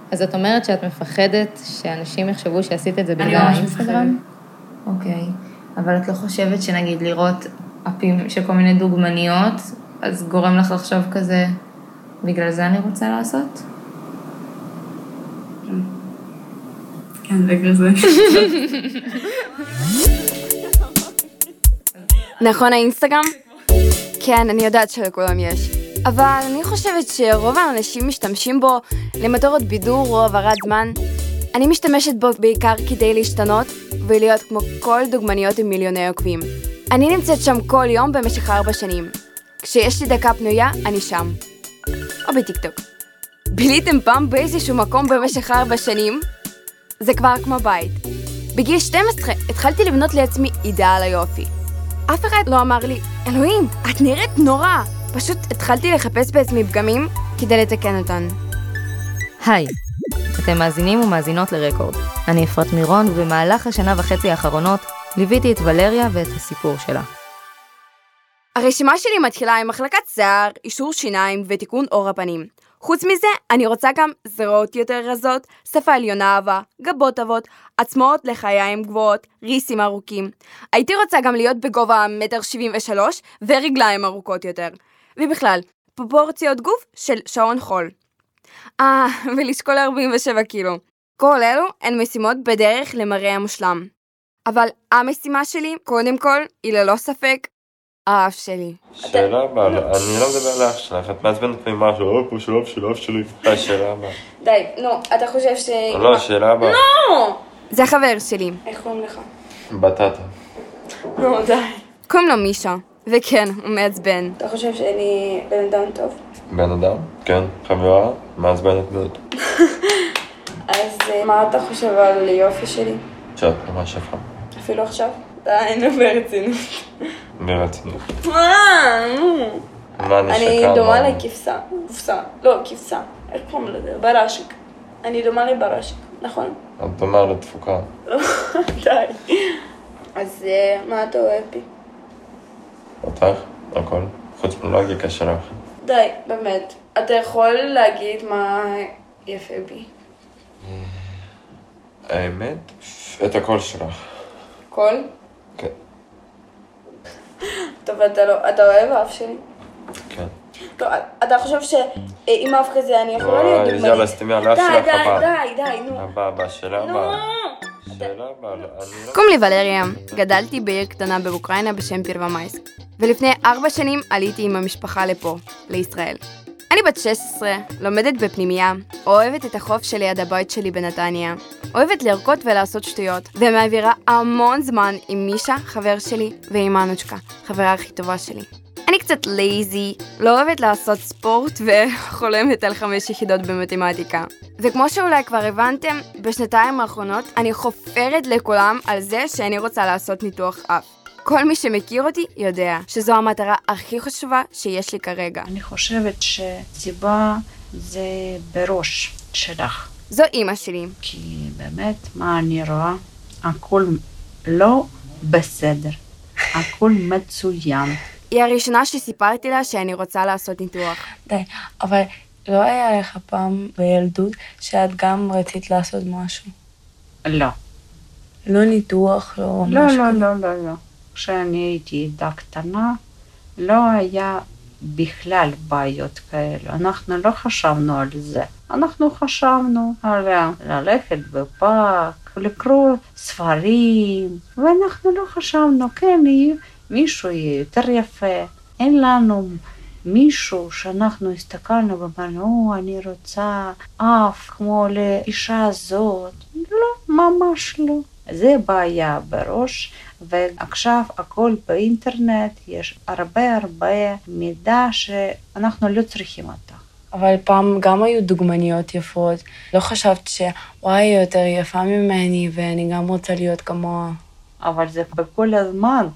אז את אומרת שאת מפחדת שאנשים יחשבו שעשית את זה בגלל האינסטגרם? אוקיי, אבל את לא חושבת שנגיד לראות אפים של כל מיני דוגמניות, אז גורם לך לחשוב כזה, בגלל זה אני רוצה לעשות? כן, בגלל זה. נכון האינסטגרם? כן, אני יודעת שלכולם יש. אבל אני חושבת שרוב האנשים משתמשים בו למטרות בידור או עברת זמן. אני משתמשת בו בעיקר כדי להשתנות ולהיות כמו כל דוגמניות עם מיליוני עוקבים. אני נמצאת שם כל יום במשך 4 שנים. כשיש לי דקה פנויה, אני שם. או בטיקטוק. ביליתם פעם באיזשהו מקום במשך 4 שנים? זה כבר כמו בית. בגיל 12 התחלתי לבנות לעצמי אידאל היופי. אף אחד לא אמר לי, אלוהים, את נראית נורא. פשוט התחלתי לחפש בעצמי פגמים כדי לתקן אותן. היי, אתם מאזינים ומאזינות לרקורד. אני אפרת מירון, ובמהלך 1.5 האחרונות ליוויתי את ולריה ואת הסיפור שלה. הרשימה שלי מתחילה עם מחלקת שיער, אישור שיניים ותיקון עור הפנים. חוץ מזה, אני רוצה גם זרועות יותר רזות, שפה עליונה אהבה, גבות אבות, עצמאות לחיים גבוהות, ריסים ארוכים. הייתי רוצה גם להיות בגובה 1.73 מטר ורגליים ארוכות יותר. ובכלל, פרופורציות גוף של שעון חול. ולשקול 47 קילו. כל אלו הן משימות בדרך למראה המושלם. אבל המשימה שלי, קודם כל, היא ללא ספק, האף שלי. שאלה הבאה, אני לא מדבר על האף שלך, את מעצבנת משהו, פה של האף שלי. השאלה הבאה. די, נו, אתה חושב ש... לא, השאלה הבאה. נו! זה החבר שלי. איך קוראים לך? בטטה. נו, די. קוראים לו מישה, וכן, הוא מעצבן. אתה חושב שאני בן אדם טוב? בן אדם? כן, חברה, מעצבנת מאוד. אז מה אתה חושב על יופי שלי? שאת ממש יפה. אפילו עכשיו? די, נו, ברצינות. ברצינות. נו. מה אני שקר? אני דומה לכבשה. כבשה. לא, כבשה. איך קוראים לזה? ברשיק. אני דומה לברשיק, נכון? את דומה לדפוקה. לא, די. אז מה אתה אוהב בי? אותך? הכל? חוץ מלוגיקה שלך. די, באמת. אתה יכול להגיד מה יפה בי? האמת? את הקול שלך. קול? כן. טוב, אתה אוהב אף שלי? כן. טוב, אתה חושב שעם אף כזה אני יכולה להיות דוגמנית? יאללה, סתמי על אף שלך הבא. די, נו. הבא, שאלה הבאה. קוראים לי ולריה, גדלתי בעיר קטנה באוקראינה בשם פירוומייסק, ולפני 4 שנים עליתי עם המשפחה לפה, לישראל. אני בת 16, לומדת בפנימייה, אוהבת את החוף שליד הבית שלי בנתניה, אוהבת לרקוד ולעשות שטויות, ומעבירה המון זמן עם מישה, חבר שלי, ועם אנושקה, חברה הכי טובה שלי. אני קצת לייזי, לא אוהבת לעשות ספורט וחולמת על 5 יחידות במתמטיקה. וכמו שאולי כבר הבנתם, בשנתיים האחרונות אני חופרת לכולם על זה שאני רוצה לעשות ניתוח אף. כל מי שמכיר אותי יודע שזו המטרה הכי חשובה שיש לי כרגע. אני חושבת שסיבה זה בראש שלך. זו אמא שלי. כי באמת, מה אני רואה? הכל לא בסדר. הכל מצוין. היא הראשונה שסיפרתי לה שאני רוצה לעשות ניתוח. די, אבל לא היה לך פעם בילדות שאת גם רצית לעשות משהו? לא. לא ניתוח, לא משהו? לא. כשאני הייתי ילדה קטנה, לא היה בכלל בעיות כאלה. אנחנו לא חשבנו על זה. אנחנו חשבנו על ללכת בפארק, לקרוא ספרים, ואנחנו לא חשבנו, כן, מישהו יהיה יותר יפה. אין לנו מישהו שאנחנו הסתכלנו ואמרנו, אני רוצה אף כמו לאישה הזאת. לא, ממש לא. זה בעיה בראש, ועכשיו הכל באינטרנט, יש הרבה מידע שאנחנו לא צריכים אותה. אבל פעם גם היו דוגמניות יפות. לא חשבת שוואי, היא יותר יפה ממני ואני גם רוצה להיות כמוה. אבל זה בכל הזמן.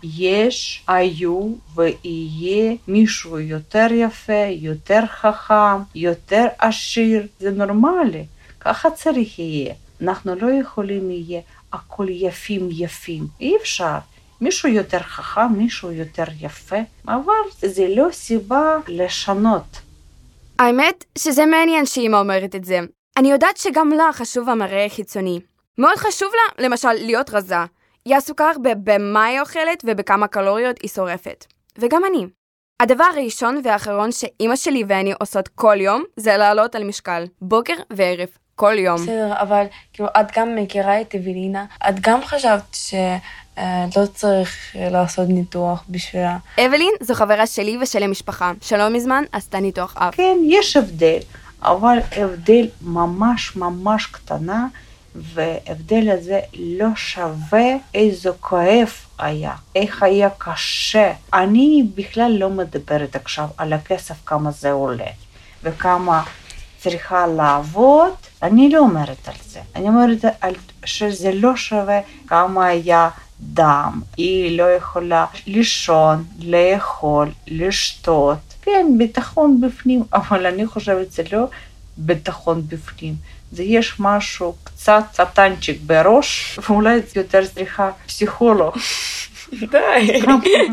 היו ויהיה מישהו יותר יפה, יותר חכם, יותר עשיר. זה נורמלי. ככה צריך יהיה. אנחנו לא יכולים יהיה הכל יפים. אי אפשר. מישהו יותר חכם, מישהו יותר יפה, אבל זה לא סיבה לשנות. האמת שזה מעניין שאמא אומרת את זה. אני יודעת שגם לה חשוב המראה חיצוני. מאוד חשוב לה, למשל, להיות רזה. היא עסוקה הרבה במה היא אוכלת ובכמה קלוריות היא שורפת. וגם אני. הדבר הראשון והאחרון שאמא שלי ואני עושות כל יום, זה לעלות על משקל, בוקר וערב, כל יום. בסדר, אבל כאילו, את גם מכירה את אבלינה, את גם חשבת שלא צריך לעשות ניתוח בשבילה. אבלין זו חברה שלי ושל המשפחה, שלא מזמן עשתה ניתוח אף. כן, יש הבדל, אבל הבדל ממש ממש קטנה, והבדל הזה לא שווה איזה כואב היה, איך היה קשה. אני בכלל לא מדברת עכשיו על הכסף, כמה זה עולה, וכמה צריכה לעבוד, אני לא אומרת על זה. אני אומרת על שזה לא שווה כמה היה דם, היא לא יכולה לישון, לאכול, לשתות. כן, ביטחון בפנים, אבל אני חושבת זה לא ביטחון בפנים. זה יש משהו קצת סטנצ'יק בראש, ואולי יותר צריכה פסיכולוג. די.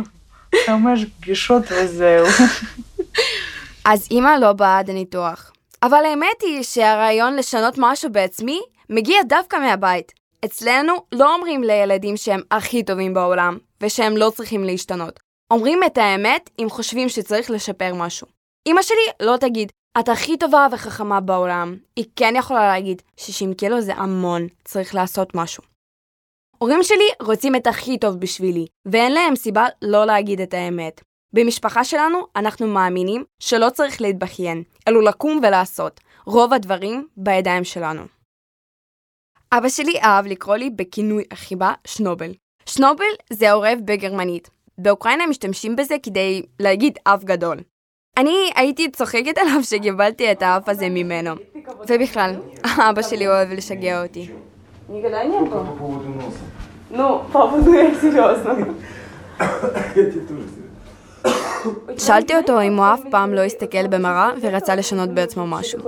5 פגישות וזהו. אז אמא לא בעד הניתוח. אבל האמת היא שהרעיון לשנות משהו בעצמי מגיע דווקא מהבית. אצלנו לא אומרים לילדים שהם הכי טובים בעולם, ושהם לא צריכים להשתנות. אומרים את האמת אם חושבים שצריך לשפר משהו. אמא שלי לא תגיד, את הכי טובה וחכמה בעולם. היא כן יכולה להגיד, 60 קילו זה המון, צריך לעשות משהו. הורים שלי רוצים את הכי טוב בשבילי, ואין להם סיבה לא להגיד את האמת. במשפחה שלנו אנחנו מאמינים שלא צריך להתבכיין, אלא לקום ולעשות. רוב הדברים בידיים שלנו. אבא שלי אהב לקרוא לי בכינוי החיבה שנובל. שנובל זה עורב בגרמנית. באוקראינה משתמשים בזה כדי להגיד אף גדול. אני הייתי צוחקת עליו שקיבלתי את האף הזה ממנו. ובכלל, אבא שלי אוהב לשגע אותי. Никогда не было? По поводу носа. Ну, папа, ну я серьезно. שאלתי אותו אם הוא אף פעם לא הסתכל במראה ורצה לשנות בעצמו משהו.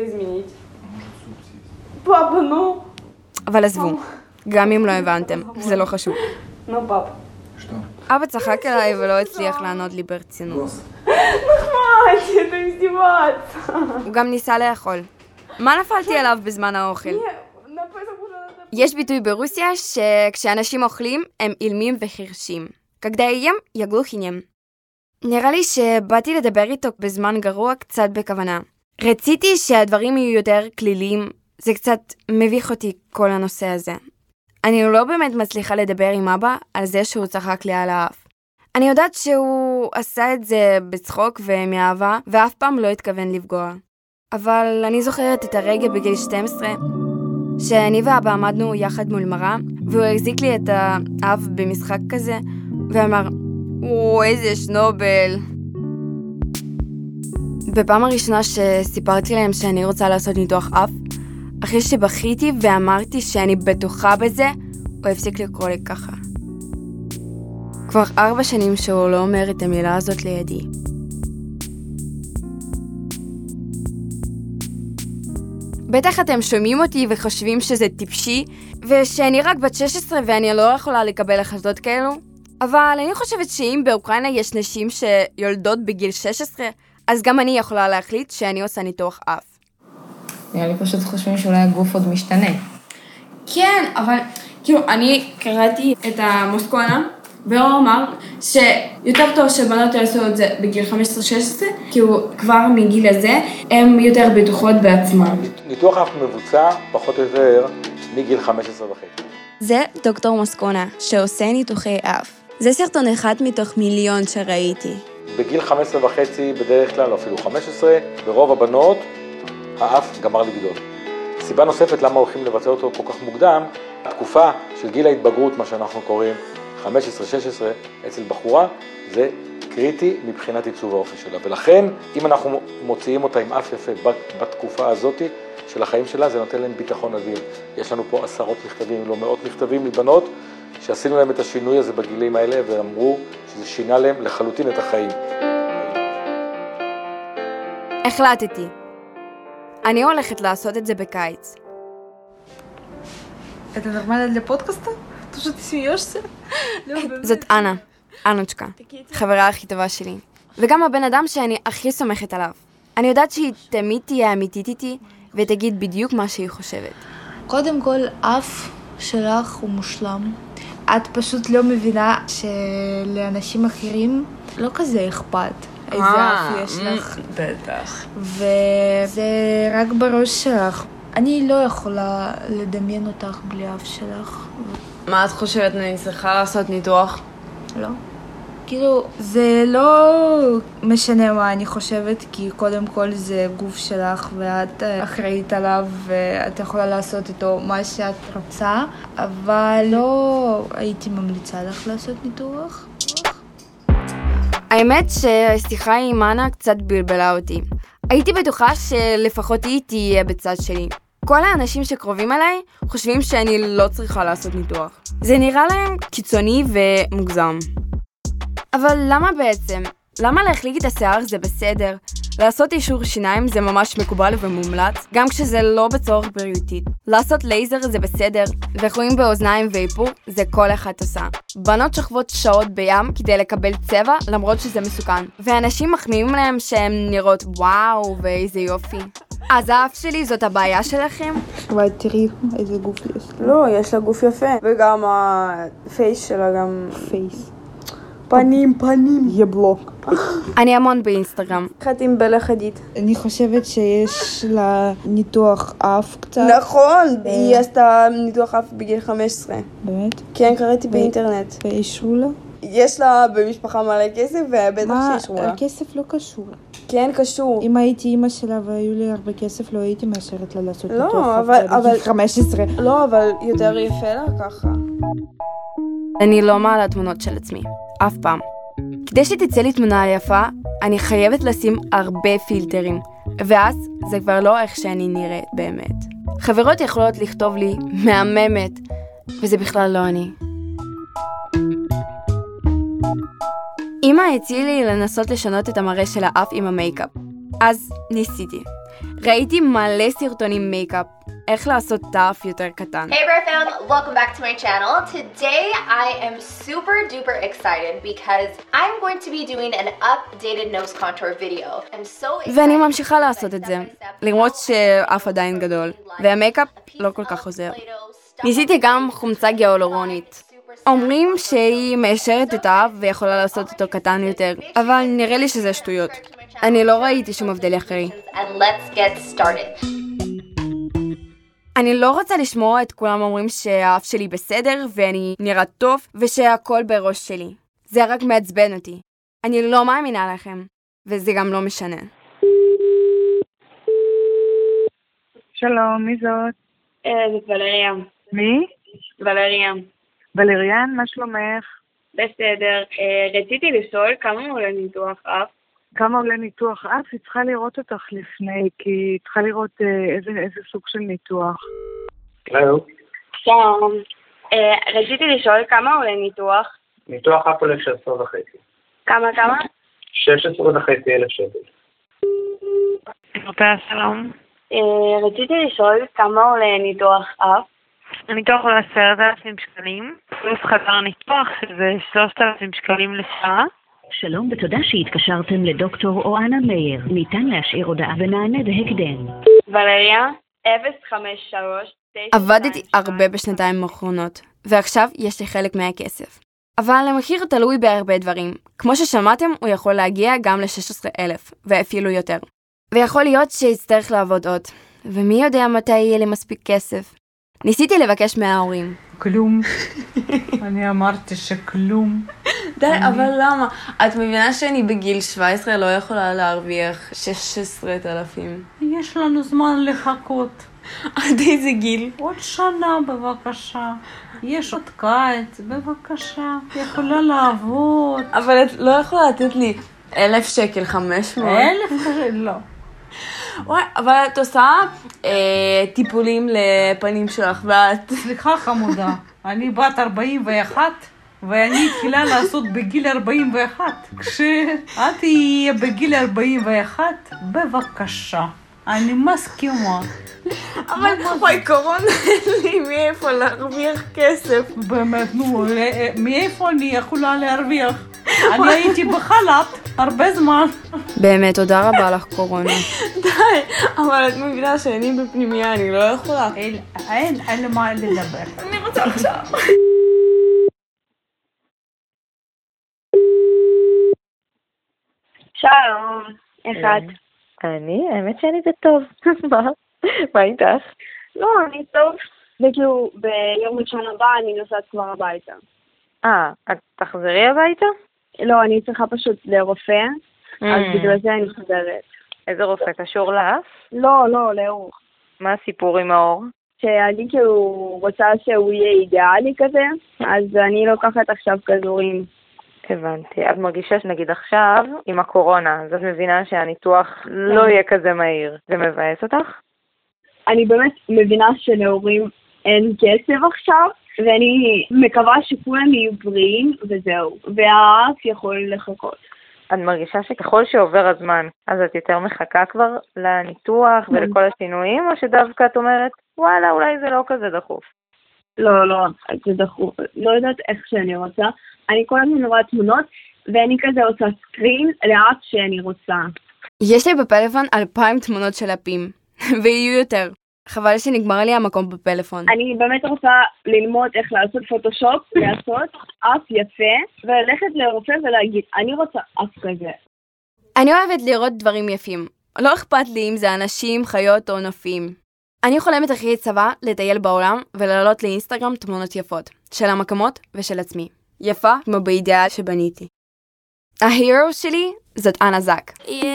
Папа, ну. אבל עזבו, גם אם לא הבנתם, זה לא חשוב. Ну, папа. אבא צחק עליי ולא הצליח לענות לי ברצינות. Хватит, это издеваться. הוא גם ניסה לאכול. מה נפלתי עליו בזמן האוכל? יש ביטוי ברוסיה שכשאנשים אוכלים הם אילמים וחרשים. когда едим, я глухинем. נראה לי שבאתי לדבר איתו בזמן גרוע קצת בכוונה. רציתי שהדברים יהיו יותר כליליים, זה קצת מביך אותי כל הנושא הזה. אני לא באמת מצליחה לדבר עם אבא על זה שהוא צחק לי על האף. אני יודעת שהוא עשה את זה בצחוק ומאהבה, ואף פעם לא התכוון לפגוע. אבל אני זוכרת את הרגע בגיל 12, שאני ואבא עמדנו יחד מול מראה, והוא החזיק לי את האף במשחק כזה, ואמר, איזה שנובל. בפעם הראשונה שסיפרתי להם שאני רוצה לעשות ניתוח אף, אחרי שבכיתי ואמרתי שאני בטוחה בזה, הוא הפסיק לקרוא לי ככה. כבר 4 שנים שהוא לא אומר את המילה הזאת לידי. בטח אתם שומעים אותי וחושבים שזה טיפשי, ושאני רק בת 16 ואני לא יכולה לקבל החלטות כאלו. אבל אני חושבת שאם באוקראינה יש נשים שיולדות בגיל 16, אז גם אני יכולה להחליט שאני עושה ניתוח אף. נראה לי פשוט חושבים שאולי הגוף עוד משתנה. כן, אבל כאילו, אני קראתי את המוסקונה, והוא אמר שיותר טוב שבנות יעשו את זה בגיל 15-16, כאילו כבר מגיל הזה הן יותר בטוחות בעצמן. ניתוח אף מבוצע פחות או יותר מגיל 15 וחצי. זה דוקטור מוסקונה, שעושה ניתוחי אף. זה סרטון אחד מתוך מיליון שראיתי. בגיל 15 וחצי בדרך כלל, או אפילו 15, ברוב הבנות, האף גמר לגדול. סיבה נוספת למה הולכים לבצע אותו כל כך מוקדם, התקופה של גיל ההתבגרות, מה שאנחנו קוראים 15-16, אצל בחורה, זה קריטי מבחינת עיצוב האופי שלה. ולכן, אם אנחנו מוציאים אותה עם אף יפה בתקופה הזאת של החיים שלה, זה נותן להם ביטחון אדיר. יש לנו פה 10 מכתבים, לא 100 מכתבים מבנות, שעשינו להם את השינוי הזה בגילים האלה, ואמרו שזה שינה להם לחלוטין את החיים. החלטתי. אני הולכת לעשות את זה בקיץ. Это нормально для подкаста? То, что ты смеешься? זאת אנה, אנוצ'קה, חברה הכי טובה שלי. וגם הבן אדם שאני הכי סומכת עליו. אני יודעת שהיא תמיד תהיה אמיתית איתי, ותגיד בדיוק מה שהיא חושבת. קודם כל, אף שלך הוא מושלם. את פשוט לא מבינה שלאנשים אחרים לא כזה אכפת איזה אף יש לך. בטח. וזה רק בראש שלך. אני לא יכולה לדמיין אותך בלי אף שלך. מה את חושבת, אני צריכה לעשות ניתוח? לא. כאילו, זה לא משנה מה אני חושבת, כי קודם כל זה גוף שלך ואת אחראית עליו ואת יכולה לעשות איתו מה שאת רוצה, אבל לא הייתי ממליצה לך לעשות ניתוח. האמת שהשיחה עם אנה קצת בלבלה אותי. הייתי בטוחה שלפחות היא תהיה בצד שלי. כל האנשים שקרובים אליי חושבים שאני לא צריכה לעשות ניתוח. זה נראה להם קיצוני ומוגזם. אבל למה בעצם? למה להחליק את השיער זה בסדר? לעשות אישור שיניים זה ממש מקובל ומומלץ, גם כשזה לא בצורך בריאותית. לעשות לייזר זה בסדר, וחויים באוזניים ואיפור זה כל אחד עושה. בנות שוכבות שעות בים כדי לקבל צבע למרות שזה מסוכן, ואנשים מחמיאים להם שהן נראות וואו ואיזה יופי. אז האף שלי זאת הבעיה שלכם? אבל תראי איזה גוף יש לה. לא, יש לה גוף יפה, וגם הפייס שלה גם... פייס. פנים. יבלוק. אני המון באינסטגרם. התחלתי עם בלה חדיד. אני חושבת שיש לה ניתוח אף קצת. נכון, היא עשתה ניתוח אף בגיל 15. באמת? כן, קראתי באינטרנט. ואישרו לה? יש לה במשפחה מלא כסף, ובטח שאישרו לה. הכסף לא קשור. כן, קשור. אם הייתי אימא שלה והיו לי הרבה כסף, לא הייתי מאשרת לה לעשות ניתוח אף אבל... בגיל 15. לא, אבל יותר יפה לה ככה. אני לא מעלה תמונות של עצמי, אף פעם. כדי שתצא לי תמונה יפה, אני חייבת לשים הרבה פילטרים, ואז זה כבר לא איך שאני נראית באמת. חברות יכולות לכתוב לי מהממת, וזה בכלל לא אני. אמא הציעה לי לנסות לשנות את המראה של האף עם המייקאפ, אז ניסיתי. ראיתי מלא סרטונים מייקאפ, איך לעשות את האף יותר קטן. Hey Bro fam, welcome back to my channel. Today I am super duper excited because I'm going to be doing an updated nose contour video. I'm so excited. ואני ממשיכה לעשות את זה, למרות שהאף עדיין גדול, והמייקאפ לא כל כך עוזר. ניסיתי גם חומצה גיאלורונית. אומרים שהיא מאשרת את האף ויכולה לעשות אותו קטן יותר, אבל נראה לי שזה שטויות. אני לא ראיתי שום הבדל אחרי. אני לא רוצה לשמוע את כולם אומרים שהאף שלי בסדר ואני נראה טוב ושהכל בראש שלי. זה רק מעצבן אותי. אני לא מאמינה לכם, וזה גם לא משנה. שלום, מי זאת? זאת ולריה. מי? ולריה. ולריאן, מה שלומך? בסדר. רציתי לשאול כמה עולה ניתוח אף? כמה עולה ניתוח אף? היא צריכה לראות אותך לפני, כי היא צריכה לראות איזה סוג של ניתוח. שלום. רציתי לשאול כמה עולה ניתוח? ניתוח אף עולה 16.5. כמה? 16.5,000 שקל. שלום. רציתי לשאול כמה עולה ניתוח אף? הניתוח עולה 10,000 שקלים, פלוס חדר ניתוח שזה 3,000 שקלים לשעה. שלום ותודה שהתקשרתם לדוקטור אואנה מאיר. ניתן להשאיר הודעה ונענה בהקדם. ולריה, 053. עבדתי הרבה בשנתיים האחרונות, ועכשיו יש לי חלק מהכסף. אבל המחיר תלוי בהרבה דברים. כמו ששמעתם, הוא יכול להגיע גם ל-16,000, ואפילו יותר. ויכול להיות שיצטרך לעבוד עוד. ומי יודע מתי יהיה לי מספיק כסף? ניסיתי לבקש מההורים. כלום. אני אמרתי שכלום. די, אבל למה? את מבינה שאני בגיל 17 לא יכולה להרוויח 16,000. יש לנו זמן לחכות. עד איזה גיל? עוד שנה בבקשה. יש עוד קיץ, בבקשה. יכולה לעבוד. אבל את לא יכולה לתת לי 1,000 שקל, 500. 1,000 שקל? לא. וואי, אבל את עושה טיפולים לפנים שלך ואת... סליחה חמודה, אני בת 41 ואני התחילה לעשות בגיל 41. כשאת תהיה בגיל 41, בבקשה, אני מסכימה. אבל בעיקרון אין לי מאיפה להרוויח כסף. באמת, נו, מאיפה אני יכולה להרוויח? אני הייתי בחל"ת הרבה זמן. באמת, תודה רבה לך קורונה. די, אבל את מבינה שאני בפנימיה, אני לא יכולה. אין למה לדבר. אני רוצה עכשיו. שלום, איך את? האמת שאני בטוב. מה איתך? לא, אני טוב. וכאילו, ביום ראשון הבא אני נוסעת כבר הביתה. את תחזרי הביתה? לא, אני צריכה פשוט לרופא, אז בגלל זה אני חוזרת. איזה רופא? קשור לאף? לא, לאור. מה הסיפור עם האור? שאני כאילו רוצה שהוא יהיה אידיאלי כזה, אז אני לוקחת עכשיו כדורים. הבנתי. את מרגישה שנגיד עכשיו עם הקורונה, אז את מבינה שהניתוח לא יהיה כזה מהיר. זה מבאס אותך? אני באמת מבינה שלהורים אין כסף עכשיו, ואני מקווה שכולם יהיו בריאים וזהו, והאף יכול לחכות. את מרגישה שככל שעובר הזמן, אז את יותר מחכה כבר לניתוח ולכל השינויים, או שדווקא את אומרת, וואלה, אולי זה לא כזה דחוף? לא, זה דחוף. לא יודעת איך שאני רוצה. אני כל הזמן רואה תמונות, ואני כזה עושה סקרין לאף שאני רוצה. יש לי בפלאפון 2,000 תמונות של אפים, ויהיו יותר. חבל שנגמר לי המקום בפלאפון. אני באמת רוצה ללמוד איך לעשות פוטושופ, לעשות אף יפה, וללכת לרופא ולהגיד, אני רוצה אף כזה. אני אוהבת לראות דברים יפים. לא אכפת לי אם זה אנשים, חיות או נופים. אני חולמת אחרי צבא לטייל בעולם ולעלות לאינסטגרם תמונות יפות, של המקומות ושל עצמי. יפה כמו באידאל שבניתי. ההירו שלי זאת אנה זק.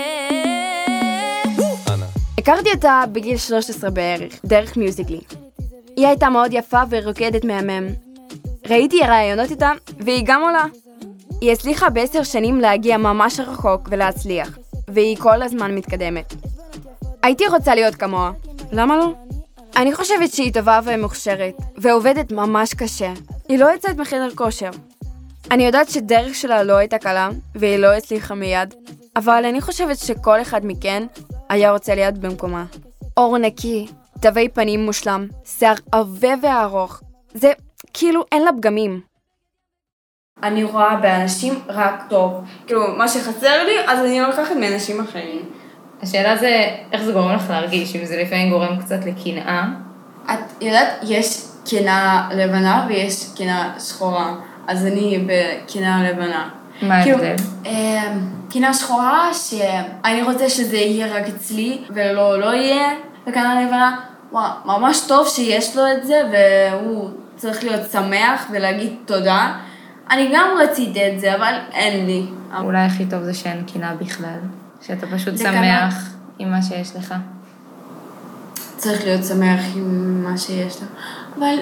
הכרתי אותה בגיל 13 בערך, דרך מיוזיקלי. היא הייתה מאוד יפה ורוקדת מהמם. ראיתי רעיונות איתה, והיא גם עולה. היא הצליחה ב10 שנים להגיע ממש רחוק ולהצליח, והיא כל הזמן מתקדמת. הייתי רוצה להיות כמוה. למה לא? אני חושבת שהיא טובה ומוכשרת, ועובדת ממש קשה. היא לא יצאת מחדר כושר. אני יודעת שדרך שלה לא הייתה קלה, והיא לא הצליחה מיד, אבל אני חושבת שכל אחד מכן היה רוצה להיות במקומה. אור נקי, תווי פנים מושלם, שיער עבה וארוך. זה כאילו אין לה פגמים. אני רואה באנשים רק טוב. כאילו, מה שחסר לי, אז אני לוקחת מאנשים אחרים. השאלה זה, איך זה גורם לך להרגיש, אם זה לפעמים גורם קצת לקנאה? את יודעת, יש קנאה לבנה ויש קנאה שחורה. אז אני בקנאה לבנה. מה ההבדל? קנאה שחורה שאני רוצה שזה יהיה רק אצלי ולא יהיה. וקנאה לבנה, ממש טוב שיש לו את זה והוא צריך להיות שמח ולהגיד תודה. אני גם רציתי את זה, אבל אין לי. אולי הכי טוב זה שאין קנאה בכלל. שאתה פשוט שמח עם מה שיש לך. צריך להיות שמח עם מה שיש לך. אבל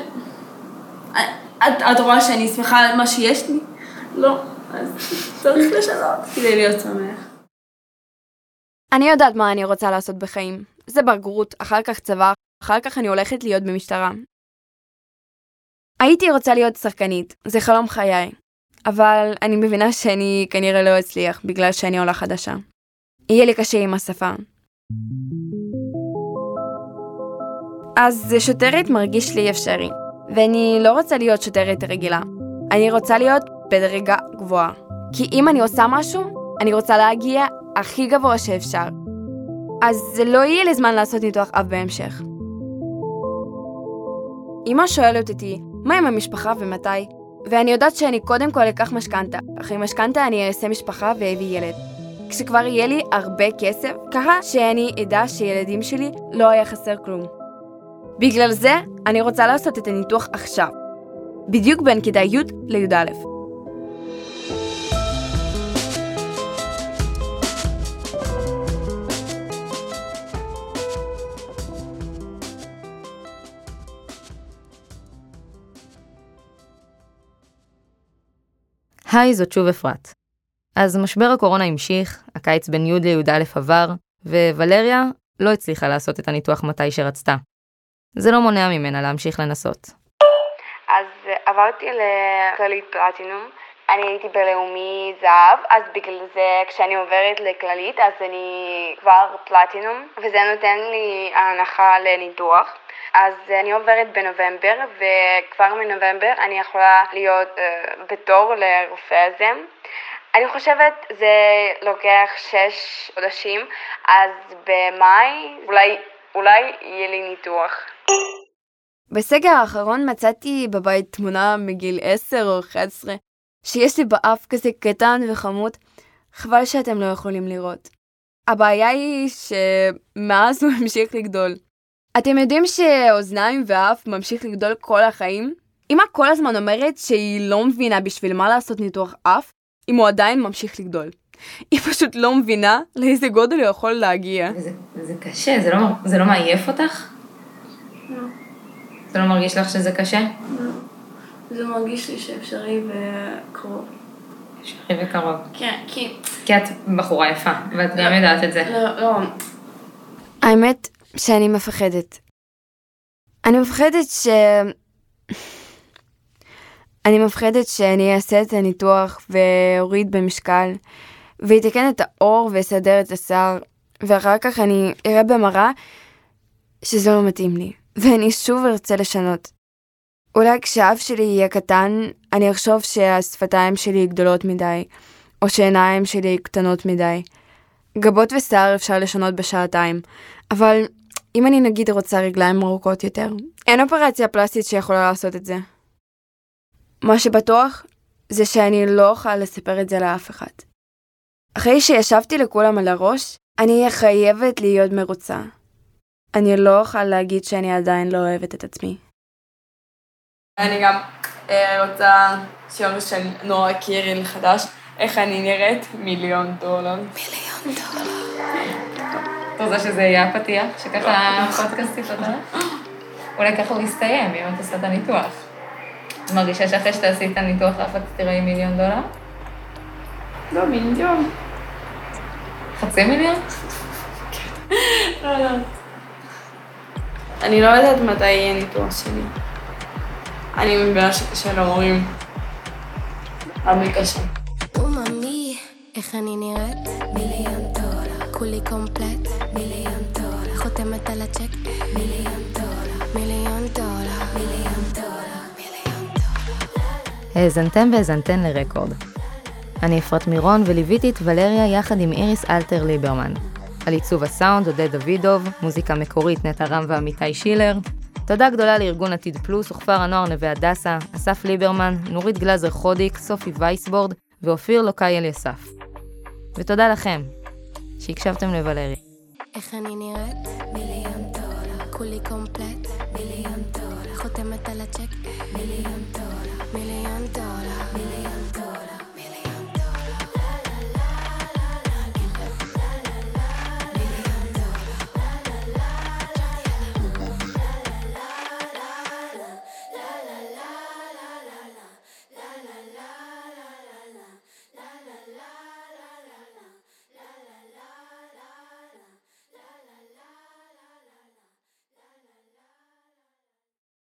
את רואה שאני שמחה על מה שיש לי? לא. אז צריך לשנות כדי להיות שמח. אני יודעת מה אני רוצה לעשות בחיים. זה בגרות, אחר כך צבא, אחר כך אני הולכת להיות במשטרה. הייתי רוצה להיות שחקנית, זה חלום חיי. אבל אני מבינה שאני כנראה לא אצליח בגלל שאני עולה חדשה. יהיה לי קשה עם השפה. אז שוטרת מרגיש לי אפשרי. ואני לא רוצה להיות שוטרת רגילה. אני רוצה להיות בדרגה גבוהה. כי אם אני עושה משהו, אני רוצה להגיע הכי גבוה שאפשר. אז לא יהיה לי זמן לעשות ניתוח אף בהמשך. אמא שואלת אותי, מה עם המשפחה ומתי? ואני יודעת שאני קודם כל אקח משכנתה. אחרי משכנתה אני אעשה משפחה ואביא ילד. כשכבר יהיה לי הרבה כסף, ככה שאני אדע שילדים שלי לא היה חסר כלום. בגלל זה אני רוצה לעשות את הניתוח עכשיו. בדיוק בין כיתה י' לי"א. היי, זאת שוב אפרת. אז משבר הקורונה המשיך, הקיץ בין י' לי"א עבר, וולריה לא הצליחה לעשות את הניתוח מתי שרצתה. זה לא מונע ממנה להמשיך לנסות. אז עברתי לכללית פלטינום, אני הייתי בלאומי זהב, אז בגלל זה כשאני עוברת לכללית אז אני כבר פלטינום, וזה נותן לי הנחה לניתוח. אז אני עוברת בנובמבר, וכבר מנובמבר אני יכולה להיות בתור לרופא הזה. אני חושבת זה לוקח 6 חודשים, אז במאי אולי יהיה לי ניתוח. בסגר האחרון מצאתי בבית תמונה מגיל 10 או 11, שיש לי באף כזה קטן וחמוד, חבל שאתם לא יכולים לראות. הבעיה היא שמאז הוא ממשיך לגדול. אתם יודעים שאוזניים ואף ממשיך לגדול כל החיים? אמא כל הזמן אומרת שהיא לא מבינה בשביל מה לעשות ניתוח אף, אם הוא עדיין ממשיך לגדול. היא פשוט לא מבינה לאיזה גודל הוא יכול להגיע. זה קשה, זה לא מעייף אותך? לא. זה לא מרגיש לך שזה קשה? לא. זה מרגיש לי שאפשרי וקרוב. אפשרי וקרוב. כן, כי את בחורה יפה, ואת גם יודעת את זה. לא. האמת שאני מפחדת. אני מפחדת שאני אעשה את הניתוח והוריד במשקל, ויתקן את האור ויסדר את השיער, ואחר כך אני אראה במראה שזה לא מתאים לי, ואני שוב ארצה לשנות. אולי כשהאף שלי יהיה קטן, אני אחשוב שהשפתיים שלי גדולות מדי, או שעיניים שלי קטנות מדי. גבות ושיער אפשר לשנות בשעתיים, אבל אם אני נגיד רוצה רגליים ארוכות יותר, אין אופרציה פלסטית שיכולה לעשות את זה. מה שבטוח זה שאני לא אוכל לספר את זה לאף אחד. אחרי שישבתי לכולם על הראש, אני אהיה חייבת להיות מרוצה. אני לא אוכל להגיד שאני עדיין לא אוהבת את עצמי. אני גם רוצה שיום של נורה קירל חדש, איך אני נראית? $1,000,000. את רוצה שזה יהיה הפתיח? שככה הפודקאסט יפתח? אולי ככה הוא יסתיים, אם את עושה את הניתוח. את מרגישה שאחרי שתעשי את הניתוח אף את תראי $1,000,000? לא, $1,000,000. $500,000? לא. אני לא יודעת מתי יהיה ניתוח שלי. אני מבינה שקשה למורים. אבל קשה. וממי, איך אני נראית? $1,000,000. כולי קומפלט? $1,000,000. חותמת על הצ'ק? $1,000,000. האזנתם והאזנתן לרקורד. אני אפרת מירון וליוויתי את ולריה יחד עם איריס אלתר ליברמן. על עיצוב הסאונד עודד דוידוב, מוזיקה מקורית נטע רם ועמיתי שילר. תודה גדולה לארגון עתיד פלוס וכפר הנוער נווה הדסה, אסף ליברמן, נורית גלזר חודיק, סופי וייסבורד ואופיר לוקאי אליסף. ותודה לכם שהקשבתם לוולריה. איך אני נראית? $1,000,000. כולי קומפלט? $1,000,000. חותמת על הצ'ק? $1,000,000.